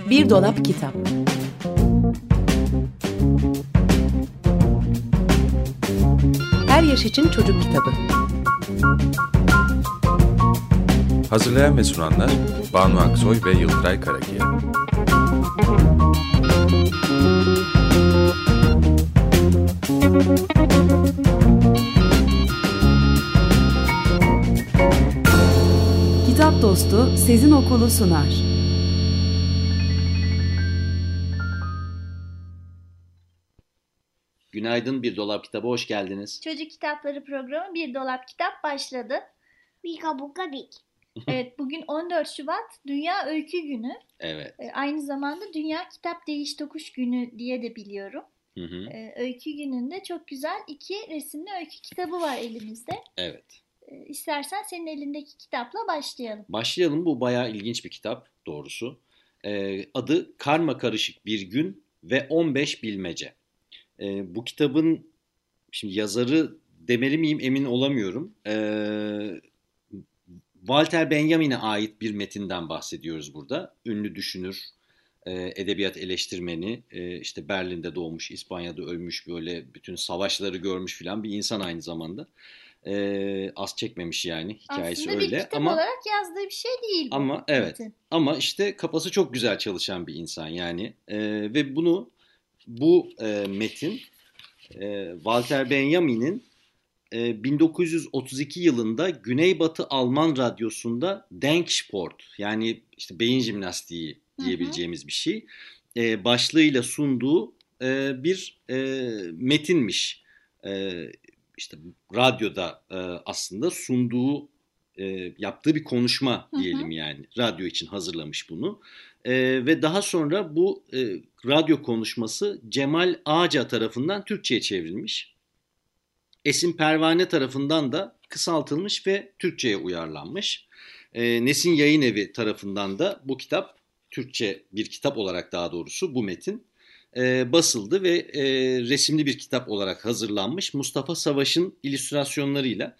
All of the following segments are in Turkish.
Bir Dolap Kitap. Her yaş için çocuk kitabı. Hazırlayan ve sunanlar Banu Aksoy ve Yıldıray Karakiya. Kitap Dostu Sezin Okulu sunar. Günaydın, Bir Dolap Kitabı hoş geldiniz. Çocuk Kitapları programı Bir Dolap Kitap başladı. Bika buka bik. Evet, bugün 14 Şubat Dünya Öykü Günü. Evet. Aynı zamanda Dünya Kitap Değiş Tokuş Günü diye de biliyorum. Hı hı. Öykü Günü'nde çok güzel 2 resimli öykü kitabı var elimizde. Evet. İstersen senin elindeki kitapla başlayalım. Başlayalım. Bu bayağı ilginç bir kitap doğrusu. Adı Karma Karışık Bir Gün ve 15 Bilmece. Bu kitabın şimdi yazarı demeli miyim emin olamıyorum. Walter Benjamin'e ait bir metinden bahsediyoruz burada. Ünlü düşünür, edebiyat eleştirmeni, işte Berlin'de doğmuş, İspanya'da ölmüş, böyle bütün savaşları görmüş filan bir insan aynı zamanda. Az çekmemiş yani, hikayesi aslında öyle. bir kitap olarak yazdığı bir şey değil bu. Ama evet. Metin. Ama işte kafası çok güzel çalışan bir insan yani. Ve bu metin Walter Benjamin'in 1932 yılında Güneybatı Alman Radyosu'nda Denksport, yani işte beyin jimnastiği diyebileceğimiz bir şey, başlığıyla sunduğu bir metinmiş. İşte radyoda aslında sunduğu, yaptığı bir konuşma diyelim yani. Radyo için hazırlamış bunu. Ve daha sonra bu radyo konuşması Cemal Ağca tarafından Türkçe'ye çevrilmiş. Esin Pervane tarafından da kısaltılmış ve Türkçe'ye uyarlanmış. Nesin Yayınevi tarafından da bu kitap, Türkçe bir kitap olarak daha doğrusu bu metin basıldı ve resimli bir kitap olarak hazırlanmış. Mustafa Savaş'ın illüstrasyonlarıyla.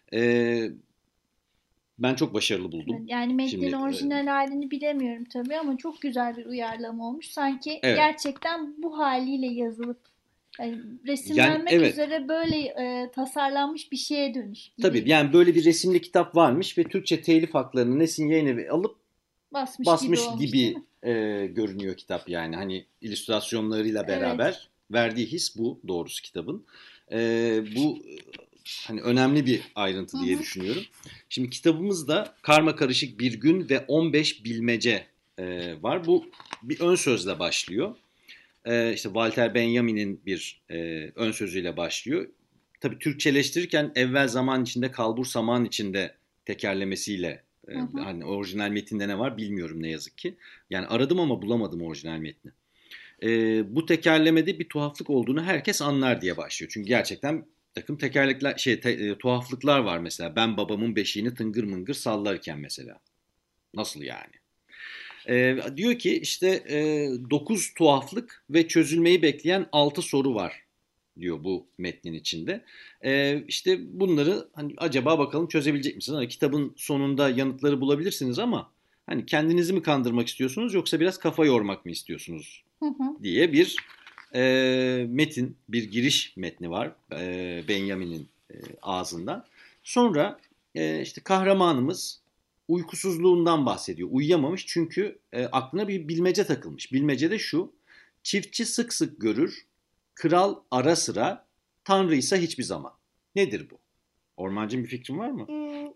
Ben çok başarılı buldum. Yani metnin orijinal halini bilemiyorum tabii ama çok güzel bir uyarlama olmuş. Sanki evet, gerçekten bu haliyle yazılıp yani resimlenmek üzere böyle tasarlanmış bir şeye dönüş gibi. Tabii yani böyle bir resimli kitap varmış ve Türkçe telif haklarını Nesin Yayınevi alıp basmış gibi görünüyor kitap yani. Hani illüstrasyonlarıyla beraber verdiği his bu doğrusu kitabın. Bu hani önemli bir ayrıntı diye düşünüyorum. Şimdi kitabımızda Karma Karışık Bir Gün ve 15 Bilmece var. Bu bir ön sözle başlıyor. İşte Walter Benjamin'in bir ön sözüyle başlıyor. Tabii Türkçeleştirirken evvel zaman içinde kalbur saman içinde tekerlemesiyle hani orijinal metinde ne var bilmiyorum ne yazık ki. Yani aradım ama bulamadım orijinal metni. Bu tekerlemede bir tuhaflık olduğunu herkes anlar diye başlıyor. Çünkü gerçekten takım tuhaflıklar var mesela. Ben babamın beşiğini tıngır mıngır sallarken mesela. Nasıl yani? Diyor ki işte 9 tuhaflık ve çözülmeyi bekleyen 6 soru var diyor bu metnin içinde. İşte bunları hani acaba bakalım çözebilecek misiniz? Hani kitabın sonunda yanıtları bulabilirsiniz ama hani kendinizi mi kandırmak istiyorsunuz yoksa biraz kafa yormak mı istiyorsunuz diye bir metin, bir giriş metni var Benjamin'in ağzından. Sonra işte kahramanımız uykusuzluğundan bahsediyor. Uyuyamamış çünkü aklına bir bilmece takılmış. Bilmece de şu: çiftçi sık sık görür, kral ara sıra, tanrı ise hiçbir zaman. Nedir bu? Ormancığım bir fikrin var mı?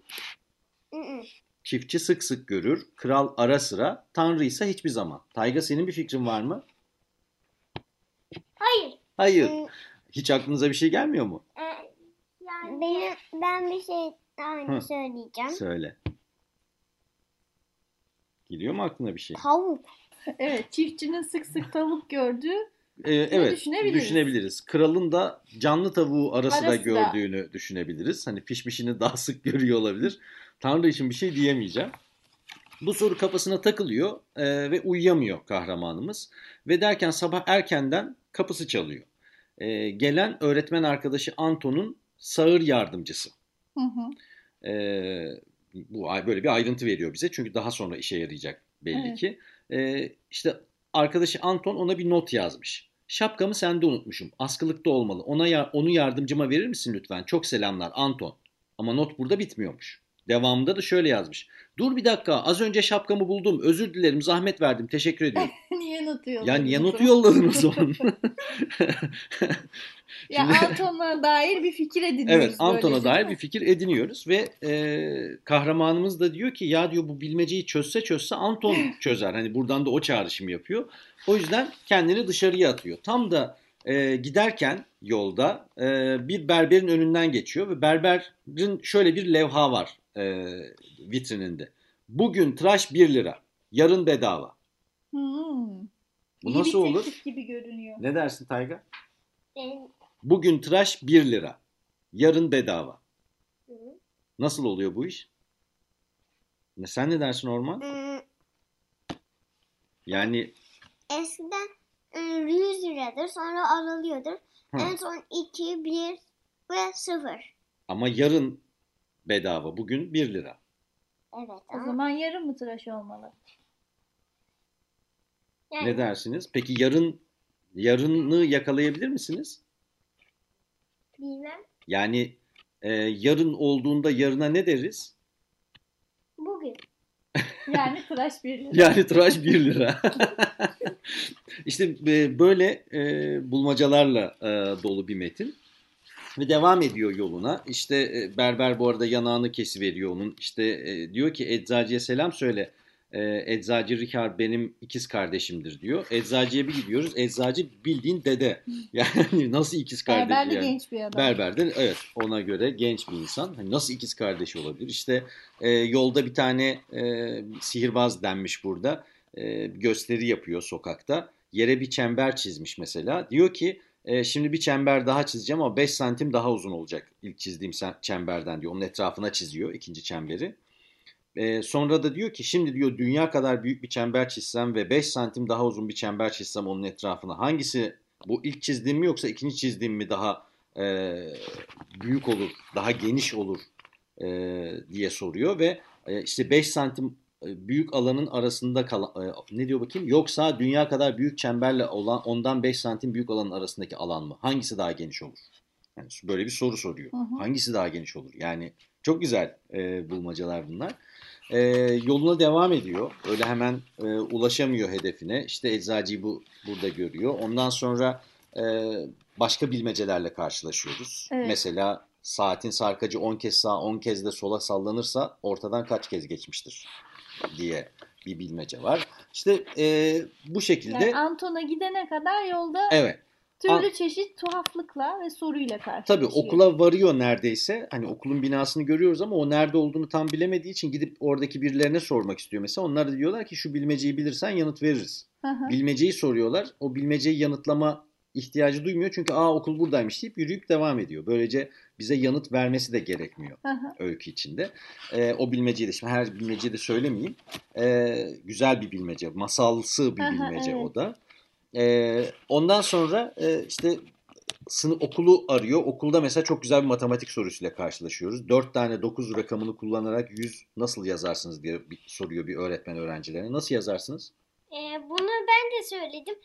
Çiftçi sık sık görür, kral ara sıra, tanrı ise hiçbir zaman. Tayga, senin bir fikrin var mı? Hayır. Hiç aklınıza bir şey gelmiyor mu? Ben bir şey daha söyleyeceğim. Söyle. Geliyor mu aklına bir şey? Tavuk. Evet, çiftçinin sık sık tavuk gördüğü evet, düşünebiliriz. Kralın da canlı tavuğu ara sıra sıra gördüğünü düşünebiliriz. Hani pişmişini daha sık görüyor olabilir. Tanrı için bir şey diyemeyeceğim. Bu soru kafasına takılıyor ve uyuyamıyor kahramanımız. Ve derken sabah erkenden kapısı çalıyor. Gelen öğretmen arkadaşı Anton'un sağır yardımcısı. Bu böyle bir ayrıntı veriyor bize çünkü daha sonra işe yarayacak belli Evet. ki. İşte arkadaşı Anton ona bir not yazmış. Şapkamı sende unutmuşum. Askılıkta olmalı. Onu yardımcıma verir misin lütfen? Çok selamlar Anton. Ama not burada bitmiyormuş. Devamında da şöyle yazmış. Dur bir dakika, az önce şapkamı buldum. Özür dilerim, zahmet verdim. Teşekkür ediyorum. Niye notu Ya yolladın niye o notu zaman? yolladın o zaman? Ya Şimdi- Anton'a dair bir fikir ediniyoruz. Evet, Anton'a böylece, dair değil bir mi? fikir ediniyoruz ve kahramanımız da diyor ki ya diyor bu bilmeceyi çözse Anton çözer. Hani buradan da o çağrışım yapıyor. O yüzden kendini dışarıya atıyor. Tam da giderken yolda bir berberin önünden geçiyor ve berberin şöyle bir levha var vitrininde. Bugün tıraş 1 lira, yarın bedava. Hmm. Bu İyi nasıl bir olur? teklif gibi görünüyor. Ne dersin Tayga? Ben, Bugün tıraş 1 lira, yarın bedava. Hı. Nasıl oluyor bu iş? Sen ne dersin Orman? Yani Eskiden 100 liradır, sonra azalıyordur. Hı. En son 2, 1 ve 0. ama yarın bedava, bugün 1 lira. Evet O ama zaman yarın mı tıraş olmalı? yani Ne dersiniz? Peki yarını yakalayabilir misiniz? bilmem. Yani yarın olduğunda yarına ne deriz? Bugün. Yani tıraş 1 lira. Yani tıraş 1 lira. İşte böyle bulmacalarla dolu bir metin. Ve devam ediyor yoluna. İşte berber bu arada yanağını kesiveriyor onun. İşte diyor ki eczacıya selam söyle. Eczacı Richard benim ikiz kardeşimdir diyor. Eczacıya bir gidiyoruz. Eczacı bildiğin dede. Yani nasıl ikiz kardeş? Berber de yani? genç bir adam. Berber de evet ona göre genç bir insan. Hani nasıl ikiz kardeşi olabilir? İşte yolda bir tane sihirbaz denmiş burada. Gösteri yapıyor sokakta. Yere bir çember çizmiş mesela. Diyor ki şimdi bir çember daha çizeceğim ama 5 santim daha uzun olacak ilk çizdiğim çemberden diyor. Onun etrafına çiziyor ikinci çemberi. Sonra da diyor ki şimdi diyor dünya kadar büyük bir çember çizsem ve 5 santim daha uzun bir çember çizsem onun etrafına hangisi bu ilk çizdiğim mi yoksa ikinci çizdiğim mi daha büyük olur, daha geniş olur diye soruyor ve işte 5 santim büyük alanın arasında kalan ne diyor bakayım yoksa dünya kadar büyük çemberle olan ondan 5 santim büyük alanın arasındaki alan mı? Hangisi daha geniş olur? Yani böyle bir soru soruyor. Hı hı. Hangisi daha geniş olur? Yani çok güzel bulmacalar bunlar. Yoluna devam ediyor. Öyle hemen ulaşamıyor hedefine. İşte eczacıyı burada görüyor. Ondan sonra başka bilmecelerle karşılaşıyoruz. Evet. Mesela saatin sarkacı 10 kez sağa 10 kez de sola sallanırsa ortadan kaç kez geçmiştir diye bir bilmece var. İşte bu şekilde. Yani Anton'a gidene kadar yolda Evet. türlü çeşit tuhaflıkla ve soruyla Tabii karşılaşıyor. okula varıyor neredeyse. Hani okulun binasını görüyoruz ama o nerede olduğunu tam bilemediği için gidip oradaki birilerine sormak istiyor mesela. Onlar da diyorlar ki şu bilmeceyi bilirsen yanıt veririz. Hı hı. Bilmeceyi soruyorlar. O bilmeceyi yanıtlama ihtiyacı duymuyor. Çünkü okul buradaymış deyip yürüyüp devam ediyor. Böylece bize yanıt vermesi de gerekmiyor Hı hı. öykü içinde. O bilmeceyi de şimdi her bilmeceyi de söylemeyeyim. Güzel bir bilmece. Masalsı bir Hı hı, bilmece evet. o da. Ondan sonra işte okulu arıyor. Okulda mesela çok güzel bir matematik sorusuyla karşılaşıyoruz. 4 tane 9 rakamını kullanarak 100 nasıl yazarsınız diye soruyor bir öğretmen öğrencilerine. Nasıl yazarsınız? Bunu ben de söyledim.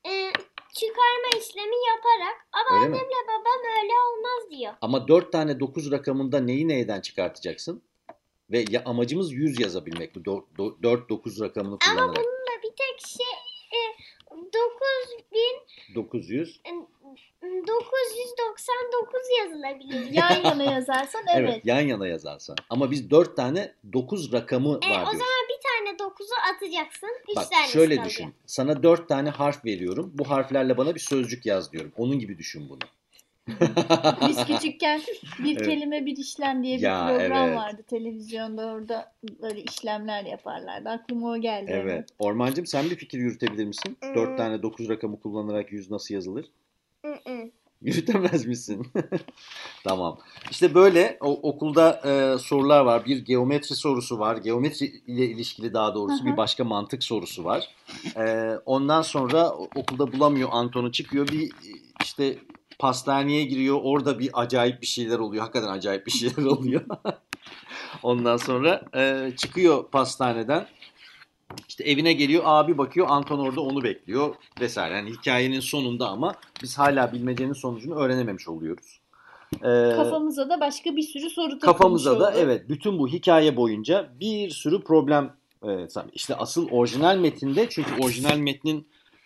Çıkarma işlemi yaparak ama Öyle mi? annemle babam öyle olmaz diyor. Ama 4 tane 9 rakamında neyi neyden çıkartacaksın? Ve amacımız 100 yazabilmek. Bu 4-9 rakamını Ama kullanarak. bununla bir tek 9000 900. 999 yazılabilir. Yan yana yazarsan evet. Evet, yan yana yazarsan. Ama biz 4 tane 9 rakamı var O diyoruz. zaman bir tane 9'u atacaksın. 3 Bak tanesi şöyle kalacak. düşün. Sana 4 tane harf veriyorum. Bu harflerle bana bir sözcük yaz diyorum. Onun gibi düşün bunu. Biz küçükken bir Evet. kelime bir işlem diye bir Ya, program evet. vardı televizyonda, orada böyle işlemler yaparlardı. Aklıma o geldi. hemen. Evet. Ormancığım sen bir fikir yürütebilir misin? 4 tane 9 rakamı kullanarak 100 nasıl yazılır? Yürütemez misin? Tamam. İşte böyle okulda sorular var. Bir geometri sorusu var. Geometri ile ilişkili daha doğrusu bir başka mantık sorusu var. Ondan sonra okulda bulamıyor Anton'u, çıkıyor bir işte pastaneye giriyor. Orada bir acayip bir şeyler oluyor. Hakikaten acayip bir şeyler oluyor. Ondan sonra çıkıyor pastaneden. İşte evine geliyor, abi bakıyor, Anton orada onu bekliyor vesaire. Yani hikayenin sonunda ama biz hala bilmecenin sonucunu öğrenememiş oluyoruz. Kafamıza da başka bir sürü soru takılmış Kafamıza da oldu. evet, bütün bu hikaye boyunca bir sürü problem. İşte asıl orijinal metinde, çünkü orijinal metnin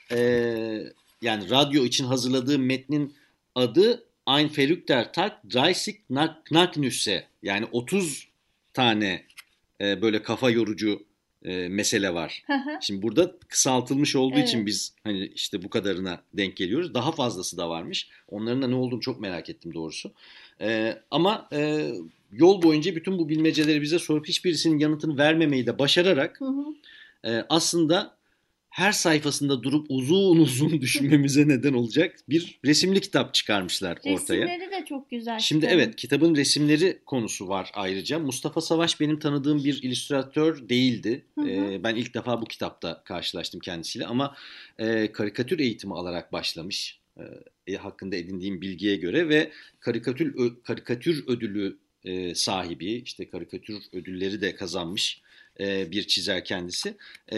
yani radyo için hazırladığı metnin adı Ein verrückter Tag 30 Knacknüsse, yani 30 tane böyle kafa yorucu mesele var. Şimdi burada kısaltılmış olduğu için biz hani işte bu kadarına denk geliyoruz. Daha fazlası da varmış. Onların da ne olduğunu çok merak ettim doğrusu. Ama yol boyunca bütün bu bilmeceleri bize sorup hiçbirisinin yanıtını vermemeyi de başararak aslında her sayfasında durup uzun uzun düşünmemize neden olacak bir resimli kitap çıkarmışlar ortaya. Resimleri de çok güzel. Şimdi evet, kitabın resimleri konusu var ayrıca. Mustafa Savaş benim tanıdığım bir illüstratör değildi. Ben ilk defa bu kitapta karşılaştım kendisiyle ama karikatür eğitimi alarak başlamış hakkında edindiğim bilgiye göre ve karikatür ödülü sahibi, işte karikatür ödülleri de kazanmış bir çizer kendisi.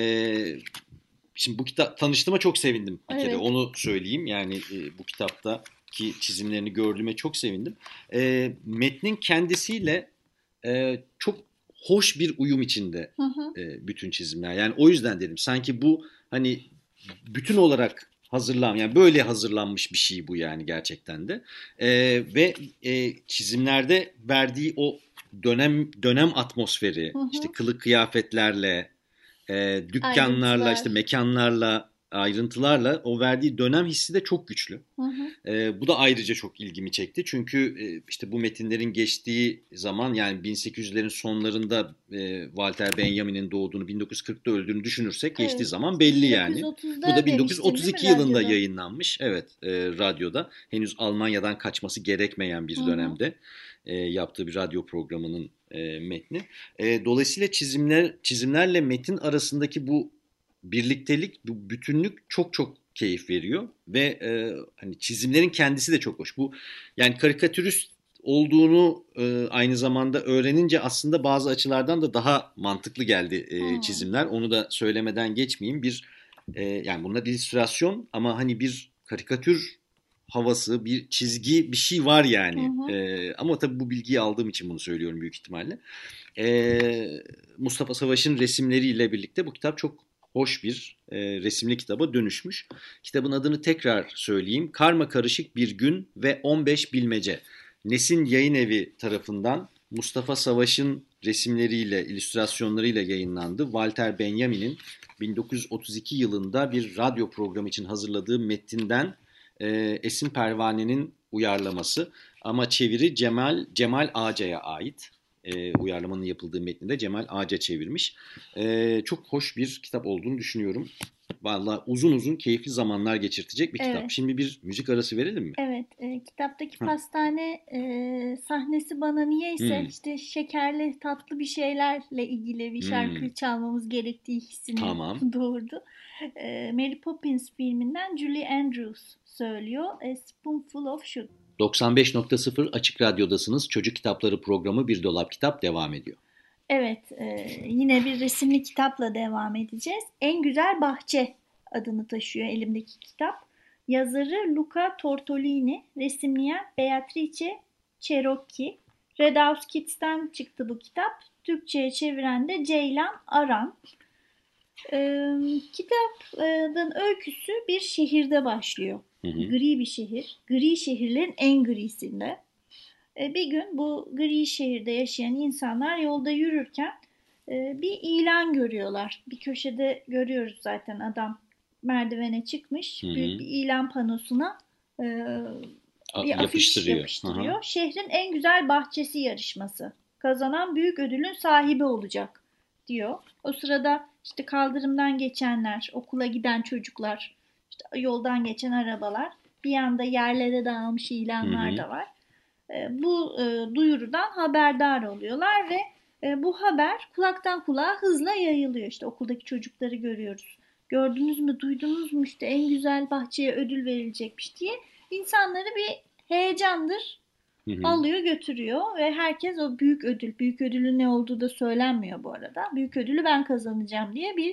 Şimdi bu kitap tanıştığıma çok sevindim bir kere, onu söyleyeyim. Yani bu kitaptaki çizimlerini gördüğüme çok sevindim. Metnin kendisiyle çok hoş bir uyum içinde bütün çizimler. Yani o yüzden dedim sanki bu hani bütün olarak yani böyle hazırlanmış bir şey bu yani gerçekten de. Ve çizimlerde verdiği o dönem atmosferi, işte kılık kıyafetlerle, dükkanlarla, işte mekanlarla, ayrıntılarla o verdiği dönem hissi de çok güçlü. Bu da ayrıca çok ilgimi çekti. Çünkü işte bu metinlerin geçtiği zaman, yani 1800'lerin sonlarında Walter Benjamin'in doğduğunu, 1940'da öldüğünü düşünürsek geçtiği zaman belli yani. Bu da 1932 yılında yayınlanmış. Evet, radyoda. Henüz Almanya'dan kaçması gerekmeyen bir dönemde yaptığı bir radyo programının metni. Dolayısıyla çizimlerle metin arasındaki bu birliktelik, bu bütünlük çok çok keyif veriyor ve hani çizimlerin kendisi de çok hoş. Bu yani karikatürist olduğunu aynı zamanda öğrenince aslında bazı açılardan da daha mantıklı geldi çizimler. Onu da söylemeden geçmeyeyim. Yani bunlar illüstrasyon ama hani bir karikatür havası, bir çizgi, bir şey var yani. Ama tabii bu bilgiyi aldığım için bunu söylüyorum büyük ihtimalle. Mustafa Savaş'ın resimleriyle birlikte bu kitap çok hoş bir resimli kitaba dönüşmüş. Kitabın adını tekrar söyleyeyim. Karma Karışık Bir Gün ve 15 Bilmece. Nesin Yayınevi tarafından Mustafa Savaş'ın resimleriyle, illüstrasyonlarıyla yayınlandı. Walter Benjamin'in 1932 yılında bir radyo programı için hazırladığı metinden Esin Pervane'nin uyarlaması. Ama çeviri Cemal Ağca'ya ait. Uyarlamanın yapıldığı metninde Cemal Ağca çevirmiş. Çok hoş bir kitap olduğunu düşünüyorum. Vallahi uzun uzun keyifli zamanlar geçirtecek bir kitap. Şimdi bir müzik arası verelim mi? Evet. Kitaptaki pastane sahnesi bana niyeyse işte şekerli tatlı bir şeylerle ilgili bir şarkı çalmamız gerektiği hissini doğurdu. Mary Poppins filminden Julie Andrews söylüyor. A Spoonful of Sugar. 95.0 Açık Radyo'dasınız. Çocuk Kitapları programı Bir Dolap Kitap devam ediyor. Evet, yine bir resimli kitapla devam edeceğiz. En Güzel Bahçe adını taşıyor elimdeki kitap. Yazarı Luca Tortolini, resimleyen Beatrice Cherokee. Red House Kids'ten çıktı bu kitap. Türkçe'ye çeviren de Ceylan Aran. Kitabın öyküsü bir şehirde başlıyor. Gri bir şehir. Gri şehirlerin en grisinde. Bir gün bu gri şehirde yaşayan insanlar yolda yürürken bir ilan görüyorlar. Bir köşede görüyoruz zaten, adam merdivene çıkmış. Büyük bir ilan panosuna bir afiş yapıştırıyor. Şehrin en güzel bahçesi yarışması. Kazanan büyük ödülün sahibi olacak diyor. O sırada işte kaldırımdan geçenler, okula giden çocuklar, işte yoldan geçen arabalar, bir yanda yerlere dağılmış ilanlar da var. Bu duyurudan haberdar oluyorlar ve bu haber kulaktan kulağa hızla yayılıyor. İşte okuldaki çocukları görüyoruz. Gördünüz mü, duydunuz mu, işte en güzel bahçeye ödül verilecekmiş diye insanları bir heyecandır alıyor götürüyor ve herkes o büyük ödülün ne olduğu da söylenmiyor bu arada. Büyük ödülü ben kazanacağım diye bir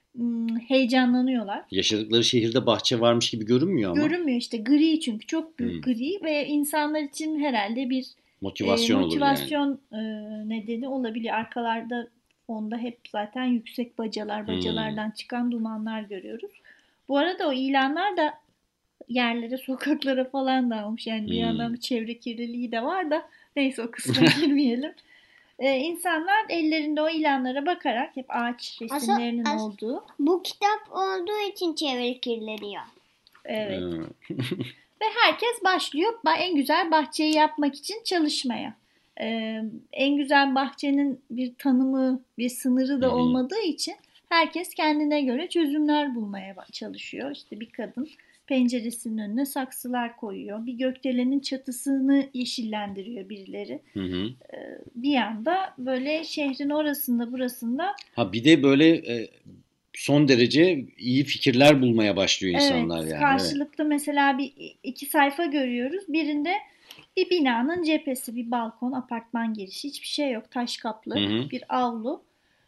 heyecanlanıyorlar. Yaşadıkları şehirde bahçe varmış gibi görünmüyor ama. Görünmüyor işte, gri çünkü çok büyük gri ve insanlar için herhalde bir Motivasyon olur yani. Nedeni olabilir. Arkalarda fonda hep zaten yüksek bacalardan çıkan dumanlar görüyoruz. Bu arada o ilanlar da yerlere, sokaklara falan dağılmış. Yani bir yandan bir çevre kirliliği de var da neyse, o kısma girmeyelim. İnsanlar ellerinde o ilanlara bakarak, hep ağaç resimlerinin olduğu. Bu kitap olduğu için çevre kirleniyor. Evet. Ve herkes başlıyor en güzel bahçeyi yapmak için çalışmaya. En güzel bahçenin bir tanımı, bir sınırı da olmadığı için herkes kendine göre çözümler bulmaya çalışıyor. İşte bir kadın penceresinin önüne saksılar koyuyor. Bir gökdelenin çatısını yeşillendiriyor birileri. Bir yanda böyle şehrin orasında burasında. Bir de böyle son derece iyi fikirler bulmaya başlıyor insanlar yani. Karşılıklı mesela iki sayfa görüyoruz. Birinde bir binanın cephesi, bir balkon, apartman girişi, hiçbir şey yok. Taş kaplı bir avlu.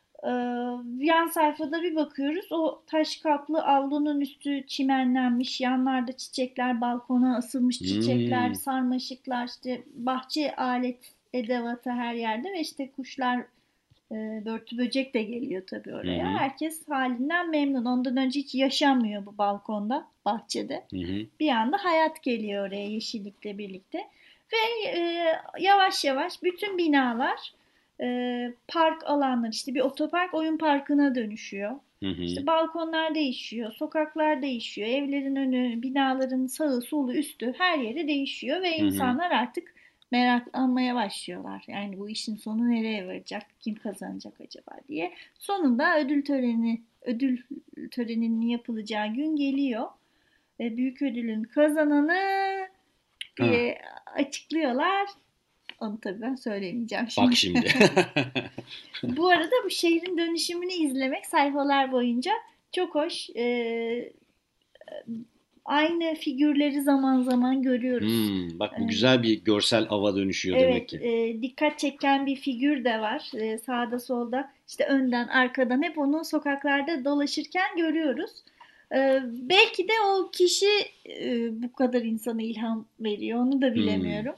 Yan sayfada bir bakıyoruz, o taş kaplı avlunun üstü çimenlenmiş, yanlarda çiçekler, balkona asılmış çiçekler, sarmaşıklar, işte bahçe alet edevatı her yerde ve işte kuşlar, börtü böcek de geliyor tabii oraya. Herkes halinden memnun. Ondan önce hiç yaşanmıyor bu balkonda, bahçede. Bir anda hayat geliyor oraya yeşillikle birlikte ve yavaş yavaş bütün binalar, park alanları, işte bir otopark oyun parkına dönüşüyor. İşte balkonlar değişiyor, sokaklar değişiyor, evlerin önü, binaların sağı, solu, üstü, her yeri değişiyor ve insanlar artık meraklanmaya başlıyorlar. Yani bu işin sonu nereye varacak, kim kazanacak acaba diye. Sonunda ödül töreninin yapılacağı gün geliyor ve büyük ödülün kazananı diye açıklıyorlar. Onu tabii ben söylemeyeceğim şimdi. Bak şimdi. Bu arada bu şehrin dönüşümünü izlemek sayfalar boyunca çok hoş. Aynı figürleri zaman zaman görüyoruz. Bak bu güzel bir görsel ava dönüşüyor demek ki. Evet, dikkat çeken bir figür de var. Sağda solda, işte önden, arkadan hep onu sokaklarda dolaşırken görüyoruz. Belki de o kişi bu kadar insana ilham veriyor. Onu da bilemiyorum.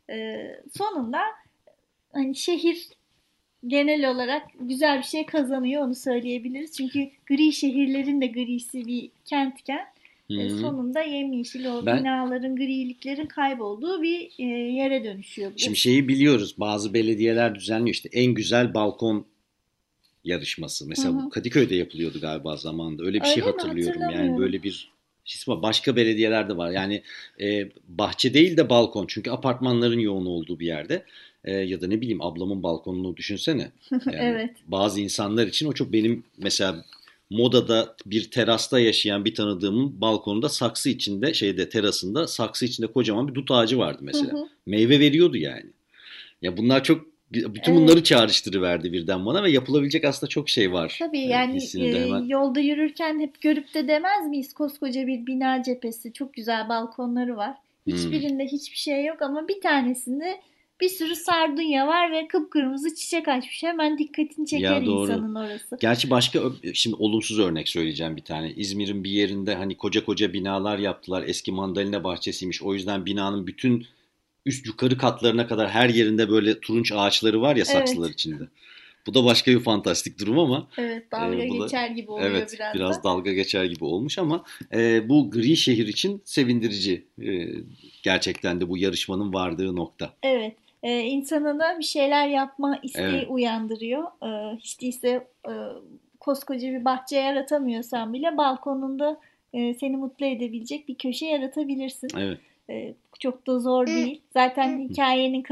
Sonunda hani şehir genel olarak güzel bir şey kazanıyor, onu söyleyebiliriz. Çünkü gri şehirlerin de grisi bir kentken sonunda yemyeşil o binaların, griliklerin kaybolduğu bir yere dönüşüyor. Şimdi şeyi biliyoruz, bazı belediyeler düzenliyor işte en güzel balkon yarışması. Mesela bu Kadıköy'de yapılıyordu galiba zamanında. Öyle bir şey hatırlıyorum. Yani böyle bir başka belediyelerde var. Yani bahçe değil de balkon. Çünkü apartmanların yoğun olduğu bir yerde. Ya da ne bileyim, ablamın balkonunu düşünsene. Yani evet. Bazı insanlar için o çok, benim mesela Moda'da bir terasta yaşayan bir tanıdığımın balkonunda saksı içinde, terasında saksı içinde kocaman bir dut ağacı vardı mesela. Meyve veriyordu yani. Ya bunlar çok, bütün bunları çağrıştırıverdi birden bana ve yapılabilecek aslında çok şey var. Tabii yani yolda yürürken hep görüp de demez miyiz, koskoca bir bina cephesi, çok güzel balkonları var. Hiçbirinde hiçbir şey yok ama bir tanesinde bir sürü sardunya var ve kıpkırmızı çiçek açmış. Hemen dikkatini çeker insanın orası. Gerçi şimdi olumsuz örnek söyleyeceğim bir tane. İzmir'in bir yerinde hani koca koca binalar yaptılar. Eski mandalina bahçesiymiş. O yüzden binanın bütün üst yukarı katlarına kadar her yerinde böyle turunç ağaçları var ya, saksılar içinde. Bu da başka bir fantastik durum ama. Evet, dalga geçer gibi oluyor biraz da. Biraz dalga geçer gibi olmuş ama bu gri şehir için sevindirici. Gerçekten de bu yarışmanın vardığı nokta. Evet. İnsanına bir şeyler yapma isteği uyandırıyor. Hiç değilse koskoca bir bahçe yaratamıyorsan bile balkonunda seni mutlu edebilecek bir köşe yaratabilirsin. Evet. Çok da zor değil. Zaten hikayenin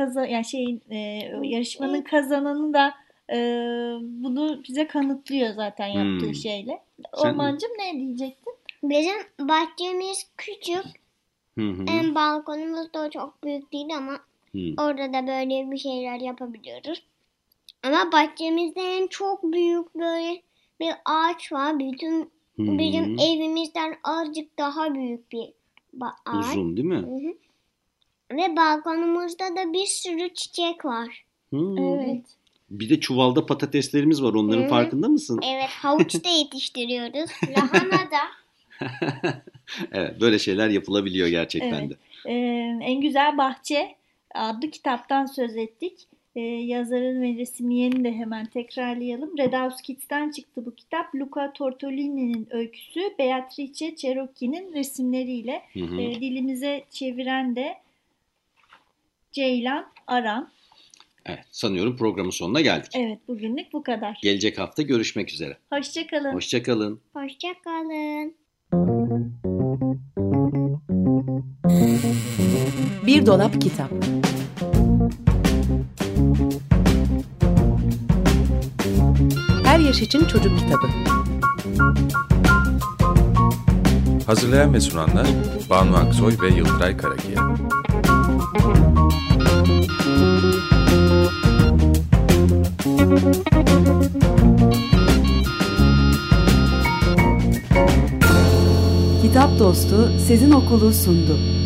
yarışmanın kazananı da bunu bize kanıtlıyor zaten yaptığı şeyle. Ormancığım ne diyecektin? Bizim bahçemiz küçük. En balkonumuz da çok büyük değil ama orada da böyle bir şeyler yapabiliyoruz. Ama bahçemizde en çok büyük böyle bir ağaç var. Bizim evimizden azıcık daha büyük bir ağaç. Uzun değil mi? Ve balkonumuzda da bir sürü çiçek var. Evet. Bir de çuvalda patateslerimiz var. Onların farkında mısın? Evet, havuç da yetiştiriyoruz. Lahana da. Evet, böyle şeyler yapılabiliyor gerçekten de. En Güzel Bahçe adlı kitaptan söz ettik. Yazarın ve resimleyeni de hemen tekrarlayalım. Red House Kids'ten çıktı bu kitap. Luca Tortolini'nin öyküsü, Beatrice Cherokeen'in resimleriyle. Dilimize çeviren de Ceylan Aran. Evet, sanıyorum programın sonuna geldik. Evet, bugünlük bu kadar. Gelecek hafta görüşmek üzere. Hoşçakalın. Hoşçakalın. Hoşçakalın. Bir Dolap Kitap. Her yaş için çocuk kitabı. Hazırlayan ve sunanlar Banu Aksoy ve Yıldıray Karakiya. Kitap Dostu Sezin Okulu sundu.